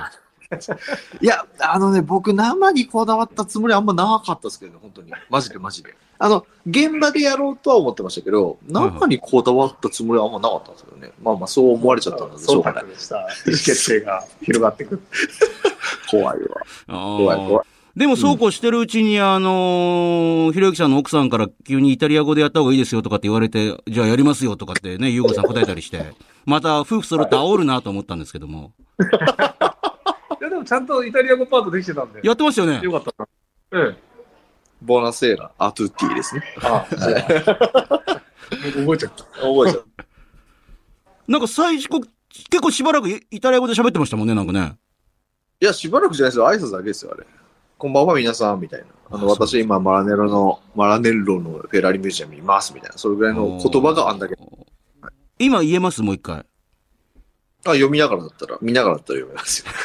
いや、あのね、僕生にこだわったつもりはあんまなかったですけどね、本当に。マジでマジで。あの、現場でやろうとは思ってましたけど、生にこだわったつもりはあんまなかったんですよね。まあまあ、そう思われちゃったんでしょうかね。 そうした意思決定が広がっていく。 怖いわ。怖い怖い。 でもそうこうしてるうちに、あのー、ひろゆきさんの奥さんから急にイタリア語でやった方がいいですよとかって言われて、じゃあやりますよとかってね、ゆうごさん答えたりして、また夫婦揃って煽るなと思ったんですけども。 いやでもちゃんとイタリア語パートできてたんで。 やってましたよね。 よかったな。ええ。 ボナセーラ、アトゥッティですね。 ああ、そう覚えちゃった。 覚えちゃった。 なんか最初、結構しばらくイタリア語で喋ってましたもんね、なんかね。 いや、しばらくじゃないですよ。挨拶だけですよ、あれ。こんばんは、皆さん、みたいな。あの、私今、マラネロの、マラネッロのフェラーリミュージアムにいます、みたいな。それぐらいの言葉があんだけ。 今言えますもう一回。 あ、読みながらだったら、見ながらだったら読めますよ。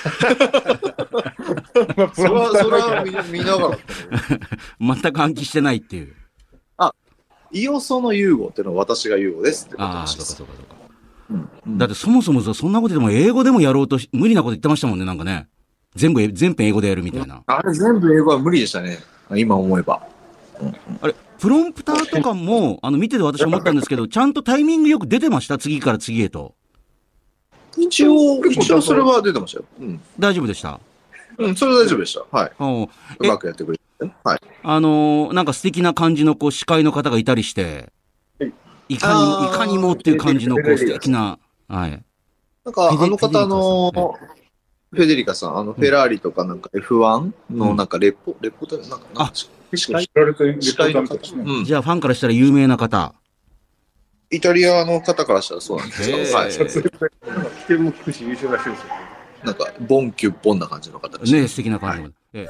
それは、それは見、見ながらだったら。 全く暗記してないっていう。 あ、イオソのユーゴっていうのは私がユーゴですってことです。 ああ、そうかそうかそうか。うん、だってそもそもそんなことでも英語でもやろうと無理なこと言ってましたもんね、なんかね。全部、全編英語でやるみたいな。 あれ全部英語は無理でしたね。今思えば。 うん、あれ、プロンプターとかも、あの、見てて私思ったんですけど、ちゃんとタイミングよく出てました次から次へと。 一応、一応それは出てましたよ。うん。 大丈夫でした？ うん、それは大丈夫でした。はい。うまくやってくれて、ね。はい。 あのー、なんか素敵な感じのこう司会の方がいたりして、いかにも、いかにもっていう感じのこう素敵な、はい。 なんか、あの方、あの、フェデリカさん、あの、フェラーリとかなんか エフワン のなんかレポ、レポートなんか、 あ、 司会知られてる司会の方ですね。 じゃあファンからしたら有名な方。 イタリアの方からしたらそうなんですよ。はい。 起点も聞くし優秀らしいですよ。 なんか、ボンキュッボンな感じの方でした。 ね、素敵な感じの。え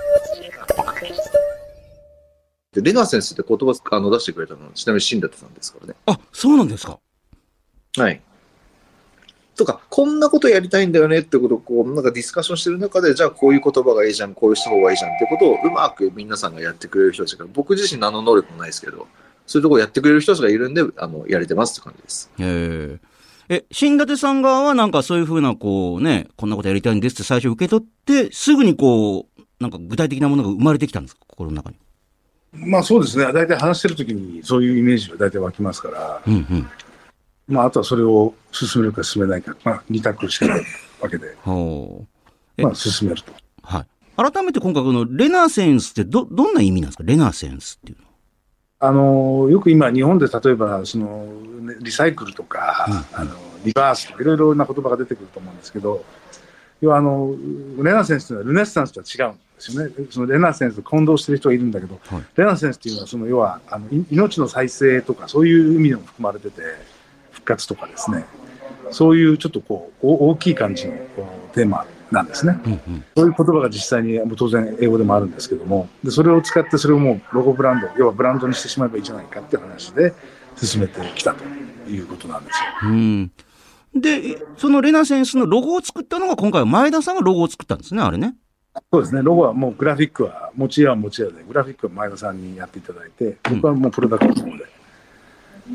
え。で、レナセンスって言葉あの出してくれたのは、ちなみに新舘さんですからね。 あ、そうなんですか。 はい。とか、こんなことやりたいんだよねってことを、こう、なんかディスカッションしてる中で、じゃあこういう言葉がいいじゃん、こういう人方がいいじゃんってことをうまく皆さんがやってくれる人たちが、僕自身何の能力もないですけど、そういうところやってくれる人たちがいるんで、あの、やれてますって感じです。 へえ。え、新舘さん側はなんかそういうふうな、こうね、こんなことやりたいんですって最初受け取って、すぐにこう、なんか具体的なものが生まれてきたんですか、心の中に。 まあそうですね。大体話してるときにそういうイメージが大体湧きますから、 うんうん、 まああとはそれを進めるか進めないか、まあ二択してるわけで、 ほうまあ進めると。 はい。改めて今回このレナセンスってど、どんな意味なんですか、レナセンスっていうのは。 あの、よく今日本で例えば、その、リサイクルとか、うん、あの、リバースとかいろいろな言葉が出てくると思うんですけど、要はあの、レナセンスというのはルネッサンスとは違うんですよね。そのレナセンスと混同している人がいるんだけど、はい、レナセンスというのは、その要は、あの、命の再生とかそういう意味でも含まれてて、復活とかですね、そういうちょっとこう、大きい感じのテーマなんですね、うんうん。そういう言葉が実際に当然英語でもあるんですけども、でそれを使ってそれをもうロゴブランド、要はブランドにしてしまえばいいじゃないかっていう話で進めてきたということなんですよ。 うんで、そのレナセンスのロゴを作ったのが今回は前田さんがロゴを作ったんですね、あれね。 そうですね、ロゴはもうグラフィックは持ち家は持ち家で、グラフィックは前田さんにやっていただいて、僕はもうプロダクトの方で、うん、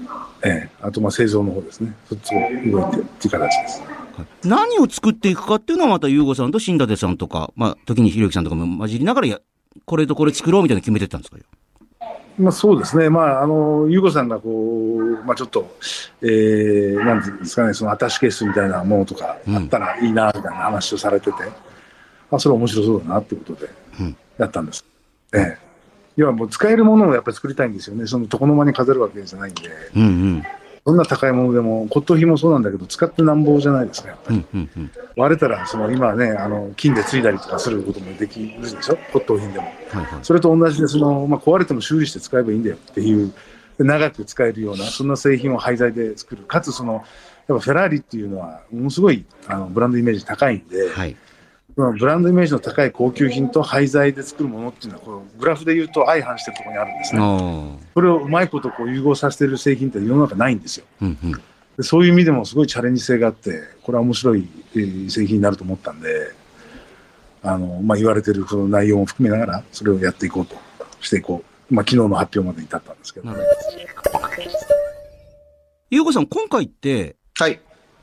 ええ、あとまあ製造の方ですね、そっちを動いてっていう形です。 何を作っていくかっていうのはまたユーゴさんと新舘さんとか、まあ時にひろゆきさんとかも混じりながらや、これとこれ作ろうみたいな決めてったんですかよ。 まあそうですね。まああの、ユーゴさんがこう、まあちょっと、えー、なんていうんですかね、そのアタッシュケースみたいなものとかあったらいいな、みたいな話をされてて、うん、あ、それ面白そうだなってことで、やったんです。うん、ええ。要はもう使えるものをやっぱり作りたいんですよね。その床の間に飾るわけじゃないんで。うんうん。どんな高いものでも骨董品もそうなんだけど使ってなんぼじゃないですかやっぱり、うんうんうん、割れたらその今ねあの金で継いだりとかすることもできるでしょ骨董品でも、はいはい、それと同じでその、まあ、壊れても修理して使えばいいんだよっていう長く使えるようなそんな製品を廃材で作るかつそのやっぱフェラーリっていうのはものすごいあのブランドイメージ高いんで、はい、ブランドイメージの高い高級品と廃材で作るものっていうのはこのグラフで言うと相反してるところにあるんですね。それをうまいことこう融合させている製品って世の中ないんですよ、うんうん、でそういう意味でもすごいチャレンジ性があってこれは面白い製品になると思ったんであの、まあ、言われているその内容も含めながらそれをやっていこうとしていこう、まあ、昨日の発表まで至ったんですけど、ね、 ゆうこさん今回って、 はい、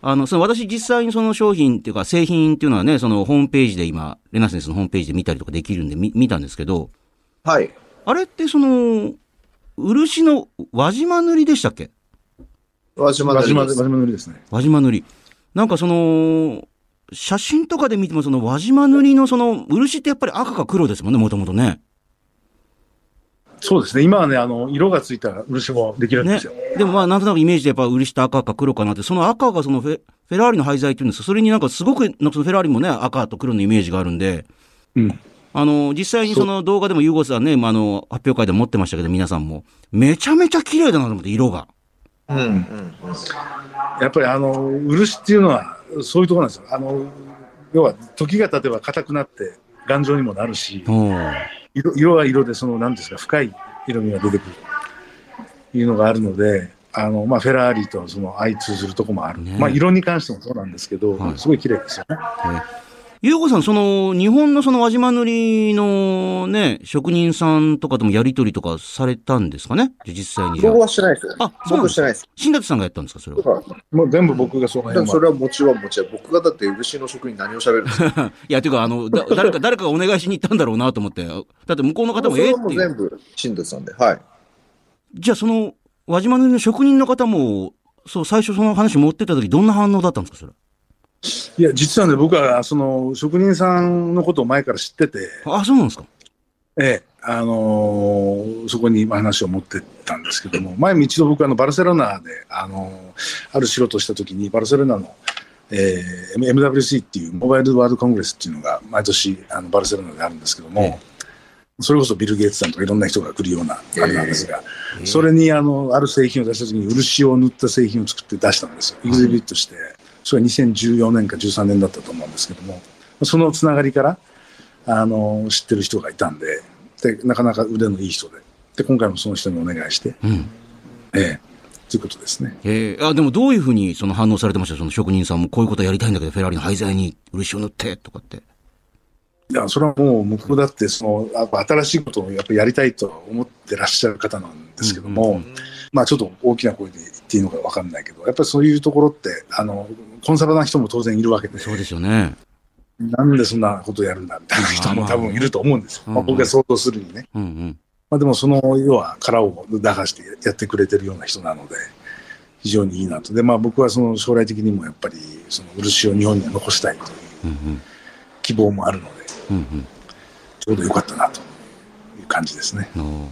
あの、その私実際にその商品っていうか製品っていうのはね、そのホームページで今、レナセンスのホームページで見たりとかできるんで見、見たんですけど。 はい。 あれってその、漆の輪島塗りでしたっけ？ 輪島塗り。輪島塗りですね。 輪島塗り。なんかその、写真とかで見てもその輪島塗りのその、漆ってやっぱり赤か黒ですもんね、もともとね。 そうですね。今はね、あの、色がついた漆もできるんですよ。 ね、でもまあ、なんとなくイメージでやっぱ漆って赤か黒かなって、その赤がそのフェ、フェラーリの廃材っていうんですか、それになんかすごく、なんかそのフェラーリもね、赤と黒のイメージがあるんで、 うん。 あの、実際にその動画でもユーゴさんね、まあ、あの、発表会で持ってましたけど、皆さんも、めちゃめちゃ綺麗だなと思って、色が。 うん。うん。 やっぱりあの、漆っていうのは、そういうところなんですよ。あの、要は、時が経てば硬くなって、頑丈にもなるし、色, 色は色で、その、なんですか、深い色味が出てくるというのがあるので、あの、まあ、フェラーリとその相通するところもある。ね、まあ、色に関してもそうなんですけど、はい、すごい綺麗ですよね。 ゆうごさん、その、日本のその輪島塗りのね、職人さんとかともやりとりとかされたんですかね、実際に。 僕はしてないですよ。 あ、そう僕してないです。 新立さんがやったんですか、それは。 もう全部僕がその辺は。 それはもちろんもちろん。僕がだって漆の職人何を喋るんですか。 いや、ていうか、あの、だ誰か、誰かがお願いしに行ったんだろうなと思って。だって向こうの方もええっていう。 それも全部新立さんで。はい。 じゃあ、その、輪島塗りの職人の方も、そう、最初その話持ってた時、どんな反応だったんですか、それ。 いや、実はね、僕は、その、職人さんのことを前から知ってて。 あ、そうなんですか。 ええ、あのー、そこに話を持ってったんですけども、前も一度僕、あの、バルセロナで、あのー、ある仕事をしたときに、バルセロナの、えー、エムダブリューシー っていう、モバイルワールドコングレスっていうのが、毎年、あの、バルセロナであるんですけども、ええ、それこそビル・ゲイツさんとかいろんな人が来るような、あれなんですが、えー、それに、あの、ある製品を出したときに、漆を塗った製品を作って出したんですよ。エグゼビュートして。それはにせんじゅうよねんかじゅうさんねんだったと思うんですけども、そのつながりから、あの、知ってる人がいたんで、で、なかなか腕のいい人で、で、今回もその人にお願いして、うん、ええ、ということですね。 ええ、あ、でもどういうふうにその反応されてました？その職人さんもこういうことやりたいんだけど、フェラーリの廃材に漆を塗って、とかって。 いや、それはもう、向こうだって、その、やっぱ新しいことをやっぱりやりたいと思ってらっしゃる方なんですけども、うんうんうん、まあちょっと大きな声で言っていいのかわかんないけど、やっぱりそういうところって、あの、コンサバな人も当然いるわけで。 そうですよね。 なんでそんなことをやるんだみたいな人も多分いると思うんですよ。まあ、僕が想像するにね。うんうん、まあでもその、要は殻を打破してやってくれてるような人なので、非常にいいなと。で、まあ僕はその将来的にもやっぱり、その漆を日本には残したいという希望もあるので、うんうん、ちょうどよかったなという感じですね。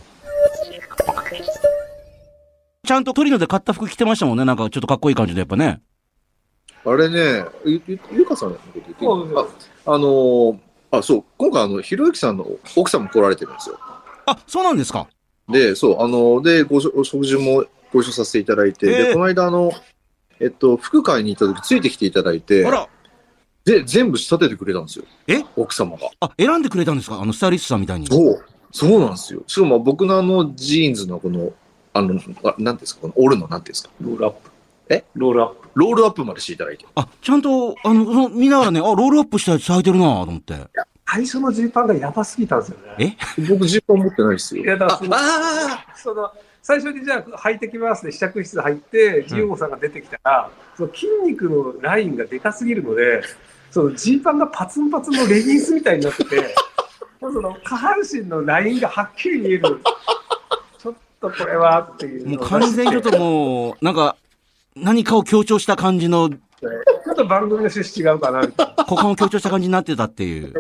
ちゃんとトリノで買った服着てましたもんね。なんかちょっとかっこいい感じでやっぱね。 あれね、ゆ、ゆ、ゆかさんのこと言っていい？あ、あのー、あ、そう、今回あの、ひろゆきさんの奥さんも来られてるんですよ。 あ、そうなんですか。 で、そう、あの、で、ご、お食事もご一緒させていただいて、えー、で、この間あの、えっと、服買いに行った時ついてきていただいて、あら。で、全部仕立ててくれたんですよ。 え？ 奥様が。 あ、選んでくれたんですか？あの、スタイリストさんみたいに。 そう。そうなんですよ。しかも僕のあの、ジーンズのこの、あの、あなんですかこの折るのなんていうんですかロールアップ。 えロールアップ。 ロールアップまでしていただいて。 あ、ちゃんと、あの、その見ながらね、あ、ロールアップしたやつ履いてるなと思って。いや、 最初のジーパンがやばすぎたんですよね。 え僕ジーパン持ってないですよ。 いや、だからその、あその、最初にじゃあ履いてきますで試着室入って、ジオゴさんが出てきたら、うん、その筋肉のラインがでかすぎるので、そのジーパンがパツンパツンのレギンスみたいになってて、その下半身のラインがはっきり見える。ちょっとこれはっていう。 もう完全にちょっともう、なんか、何かを強調した感じの。ちょっと番組の趣旨違うかな。 股間を強調した感じになってたっていう。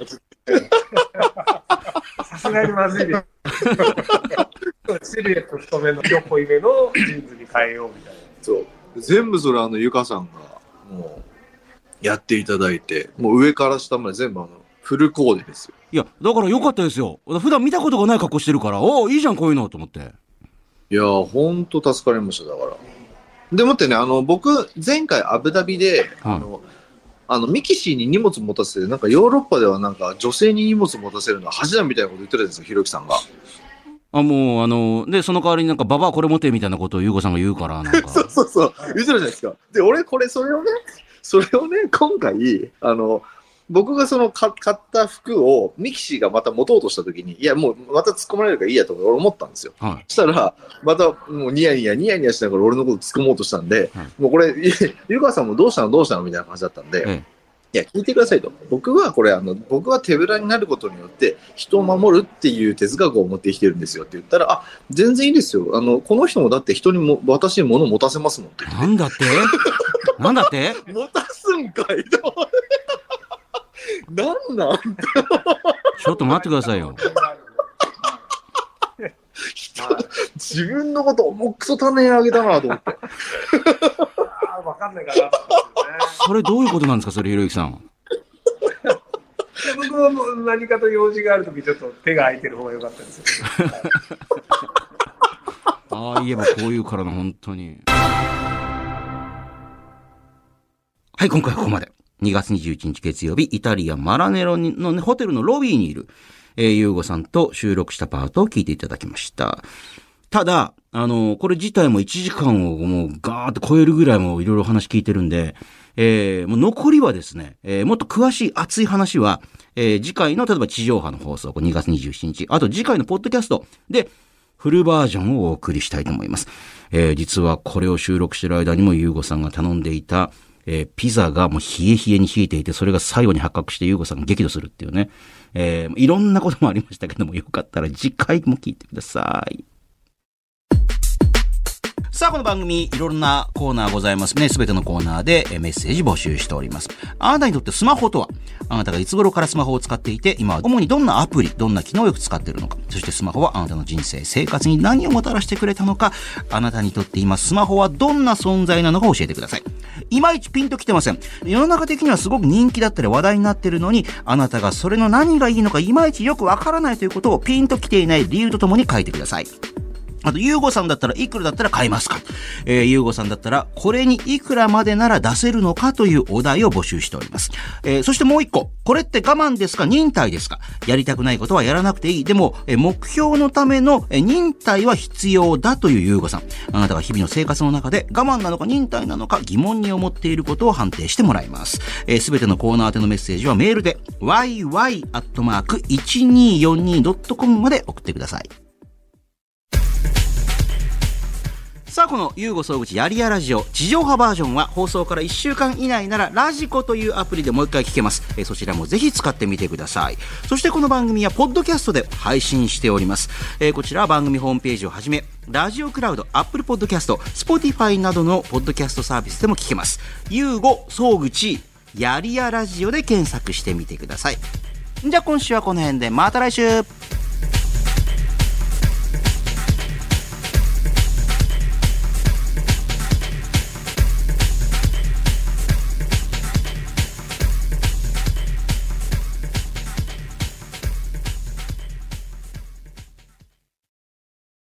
さすがにまずいです。シルエット太めの横いめのジーンズに変えようみたいな。 そう。全部それあの、ゆかさんが、もう、やっていただいて、もう上から下まで全部あの、フルコーデですよ。 いや、だから良かったですよ。普段見たことがない格好してるから、おお、いいじゃん、こういうの、と思って。 いやー、ほんと助かりました、だから。でもってね、あの、僕、前回アブダビで、うん、あの、あの、ミキシーに荷物持たせて、なんかヨーロッパではなんか女性に荷物持たせるのは恥だみたいなこと言ってるんですよ、ひろゆきさんが。 あ、もう、あの、で、その代わりになんか、ババアこれ持てみたいなことをゆうごさんが言うから、なんか。 そうそうそう、言ってるじゃないですか。で、俺、これ、それをね、それをね、今回、あの、 僕がその買った服をミキシーがまた持とうとしたときに、いやもうまた突っ込まれるからいいやと俺思ったんですよ。はい、そしたら、またもうニヤニヤニヤニヤしながら俺のこと突っ込もうとしたんで、はい、もうこれ、ゆかさんもどうしたのどうしたのみたいな感じだったんで、うん、いや、聞いてくださいと。僕はこれ、あの、僕は手ぶらになることによって人を守るっていう哲学を持ってきてるんですよって言ったら、あ、全然いいですよ。あの、この人もだって人にも、私に物を持たせますもんって言って。 なんだってなんだって持たすんかいと。なんなんちょっと待ってくださいよ。 自分のこと重くそ種あげたなと思って。 あ分かんないかな、ね。 それどういうことなんですか、それ、ひろゆきさん。 僕も何かと用事があるとき、ちょっと手が空いてる方が良かったですよ。 ああ、言えばこういうからの、本当に。はい、今回はここまで。にがつにじゅういちにち月曜日、イタリアマラネロの、ね、ホテルのロビーにいる、えー、ゆうごさんと収録したパートを聞いていただきました。ただ、あの、これ自体もいちじかんをもうガーッと超えるぐらいもいろいろ話聞いてるんで、えー、もう残りはですね、えー、もっと詳しい熱い話は、えー、次回の例えば地上波の放送、にがつにじゅうしちにち、あと次回のポッドキャストで、フルバージョンをお送りしたいと思います。えー、実はこれを収録している間にもゆうごさんが頼んでいた、えー、ピザがもう冷え冷えに冷えていて、それが最後に発覚してゆうごさんが激怒するっていうね。えー、いろんなこともありましたけども、よかったら次回も聞いてください。さあ、この番組、いろんなコーナーございますね。すべてのコーナーでメッセージ募集しております。あなたにとってスマホとは、あなたがいつ頃からスマホを使っていて、今は主にどんなアプリ、どんな機能をよく使っているのか、そしてスマホはあなたの人生、生活に何をもたらしてくれたのか、あなたにとって今スマホはどんな存在なのか教えてください。いまいちピンときてません。世の中的にはすごく人気だったり話題になっているのに、あなたがそれの何がいいのかいまいちよくわからないということをピンときていない理由とともに書いてください。あと、ゆうごさんだったらいくらだったら買いますか、えー、ゆうごさんだったらこれにいくらまでなら出せるのかというお題を募集しております。えー、そしてもう一個、これって我慢ですか忍耐ですか、やりたくないことはやらなくていい。でも、えー、目標のための、えー、忍耐は必要だというゆうごさん。あなたが日々の生活の中で我慢なのか忍耐なのか疑問に思っていることを判定してもらいます。えー、すべてのコーナー宛てのメッセージはメールで ワイワイアットマークいちにーよんにードットコム まで送ってください。さあ、このゆうご総口やりやラジオ地上波バージョンは放送からいっしゅうかん以内ならラジコというアプリでもう一回聞けます。えー、そちらもぜひ使ってみてください。そしてこの番組はポッドキャストで配信しております。えー、こちらは番組ホームページをはじめラジオクラウド、アップルポッドキャスト、スポティファイなどのポッドキャストサービスでも聞けます。ゆうご総口やりやラジオで検索してみてください。じゃあ今週はこの辺でまた来週。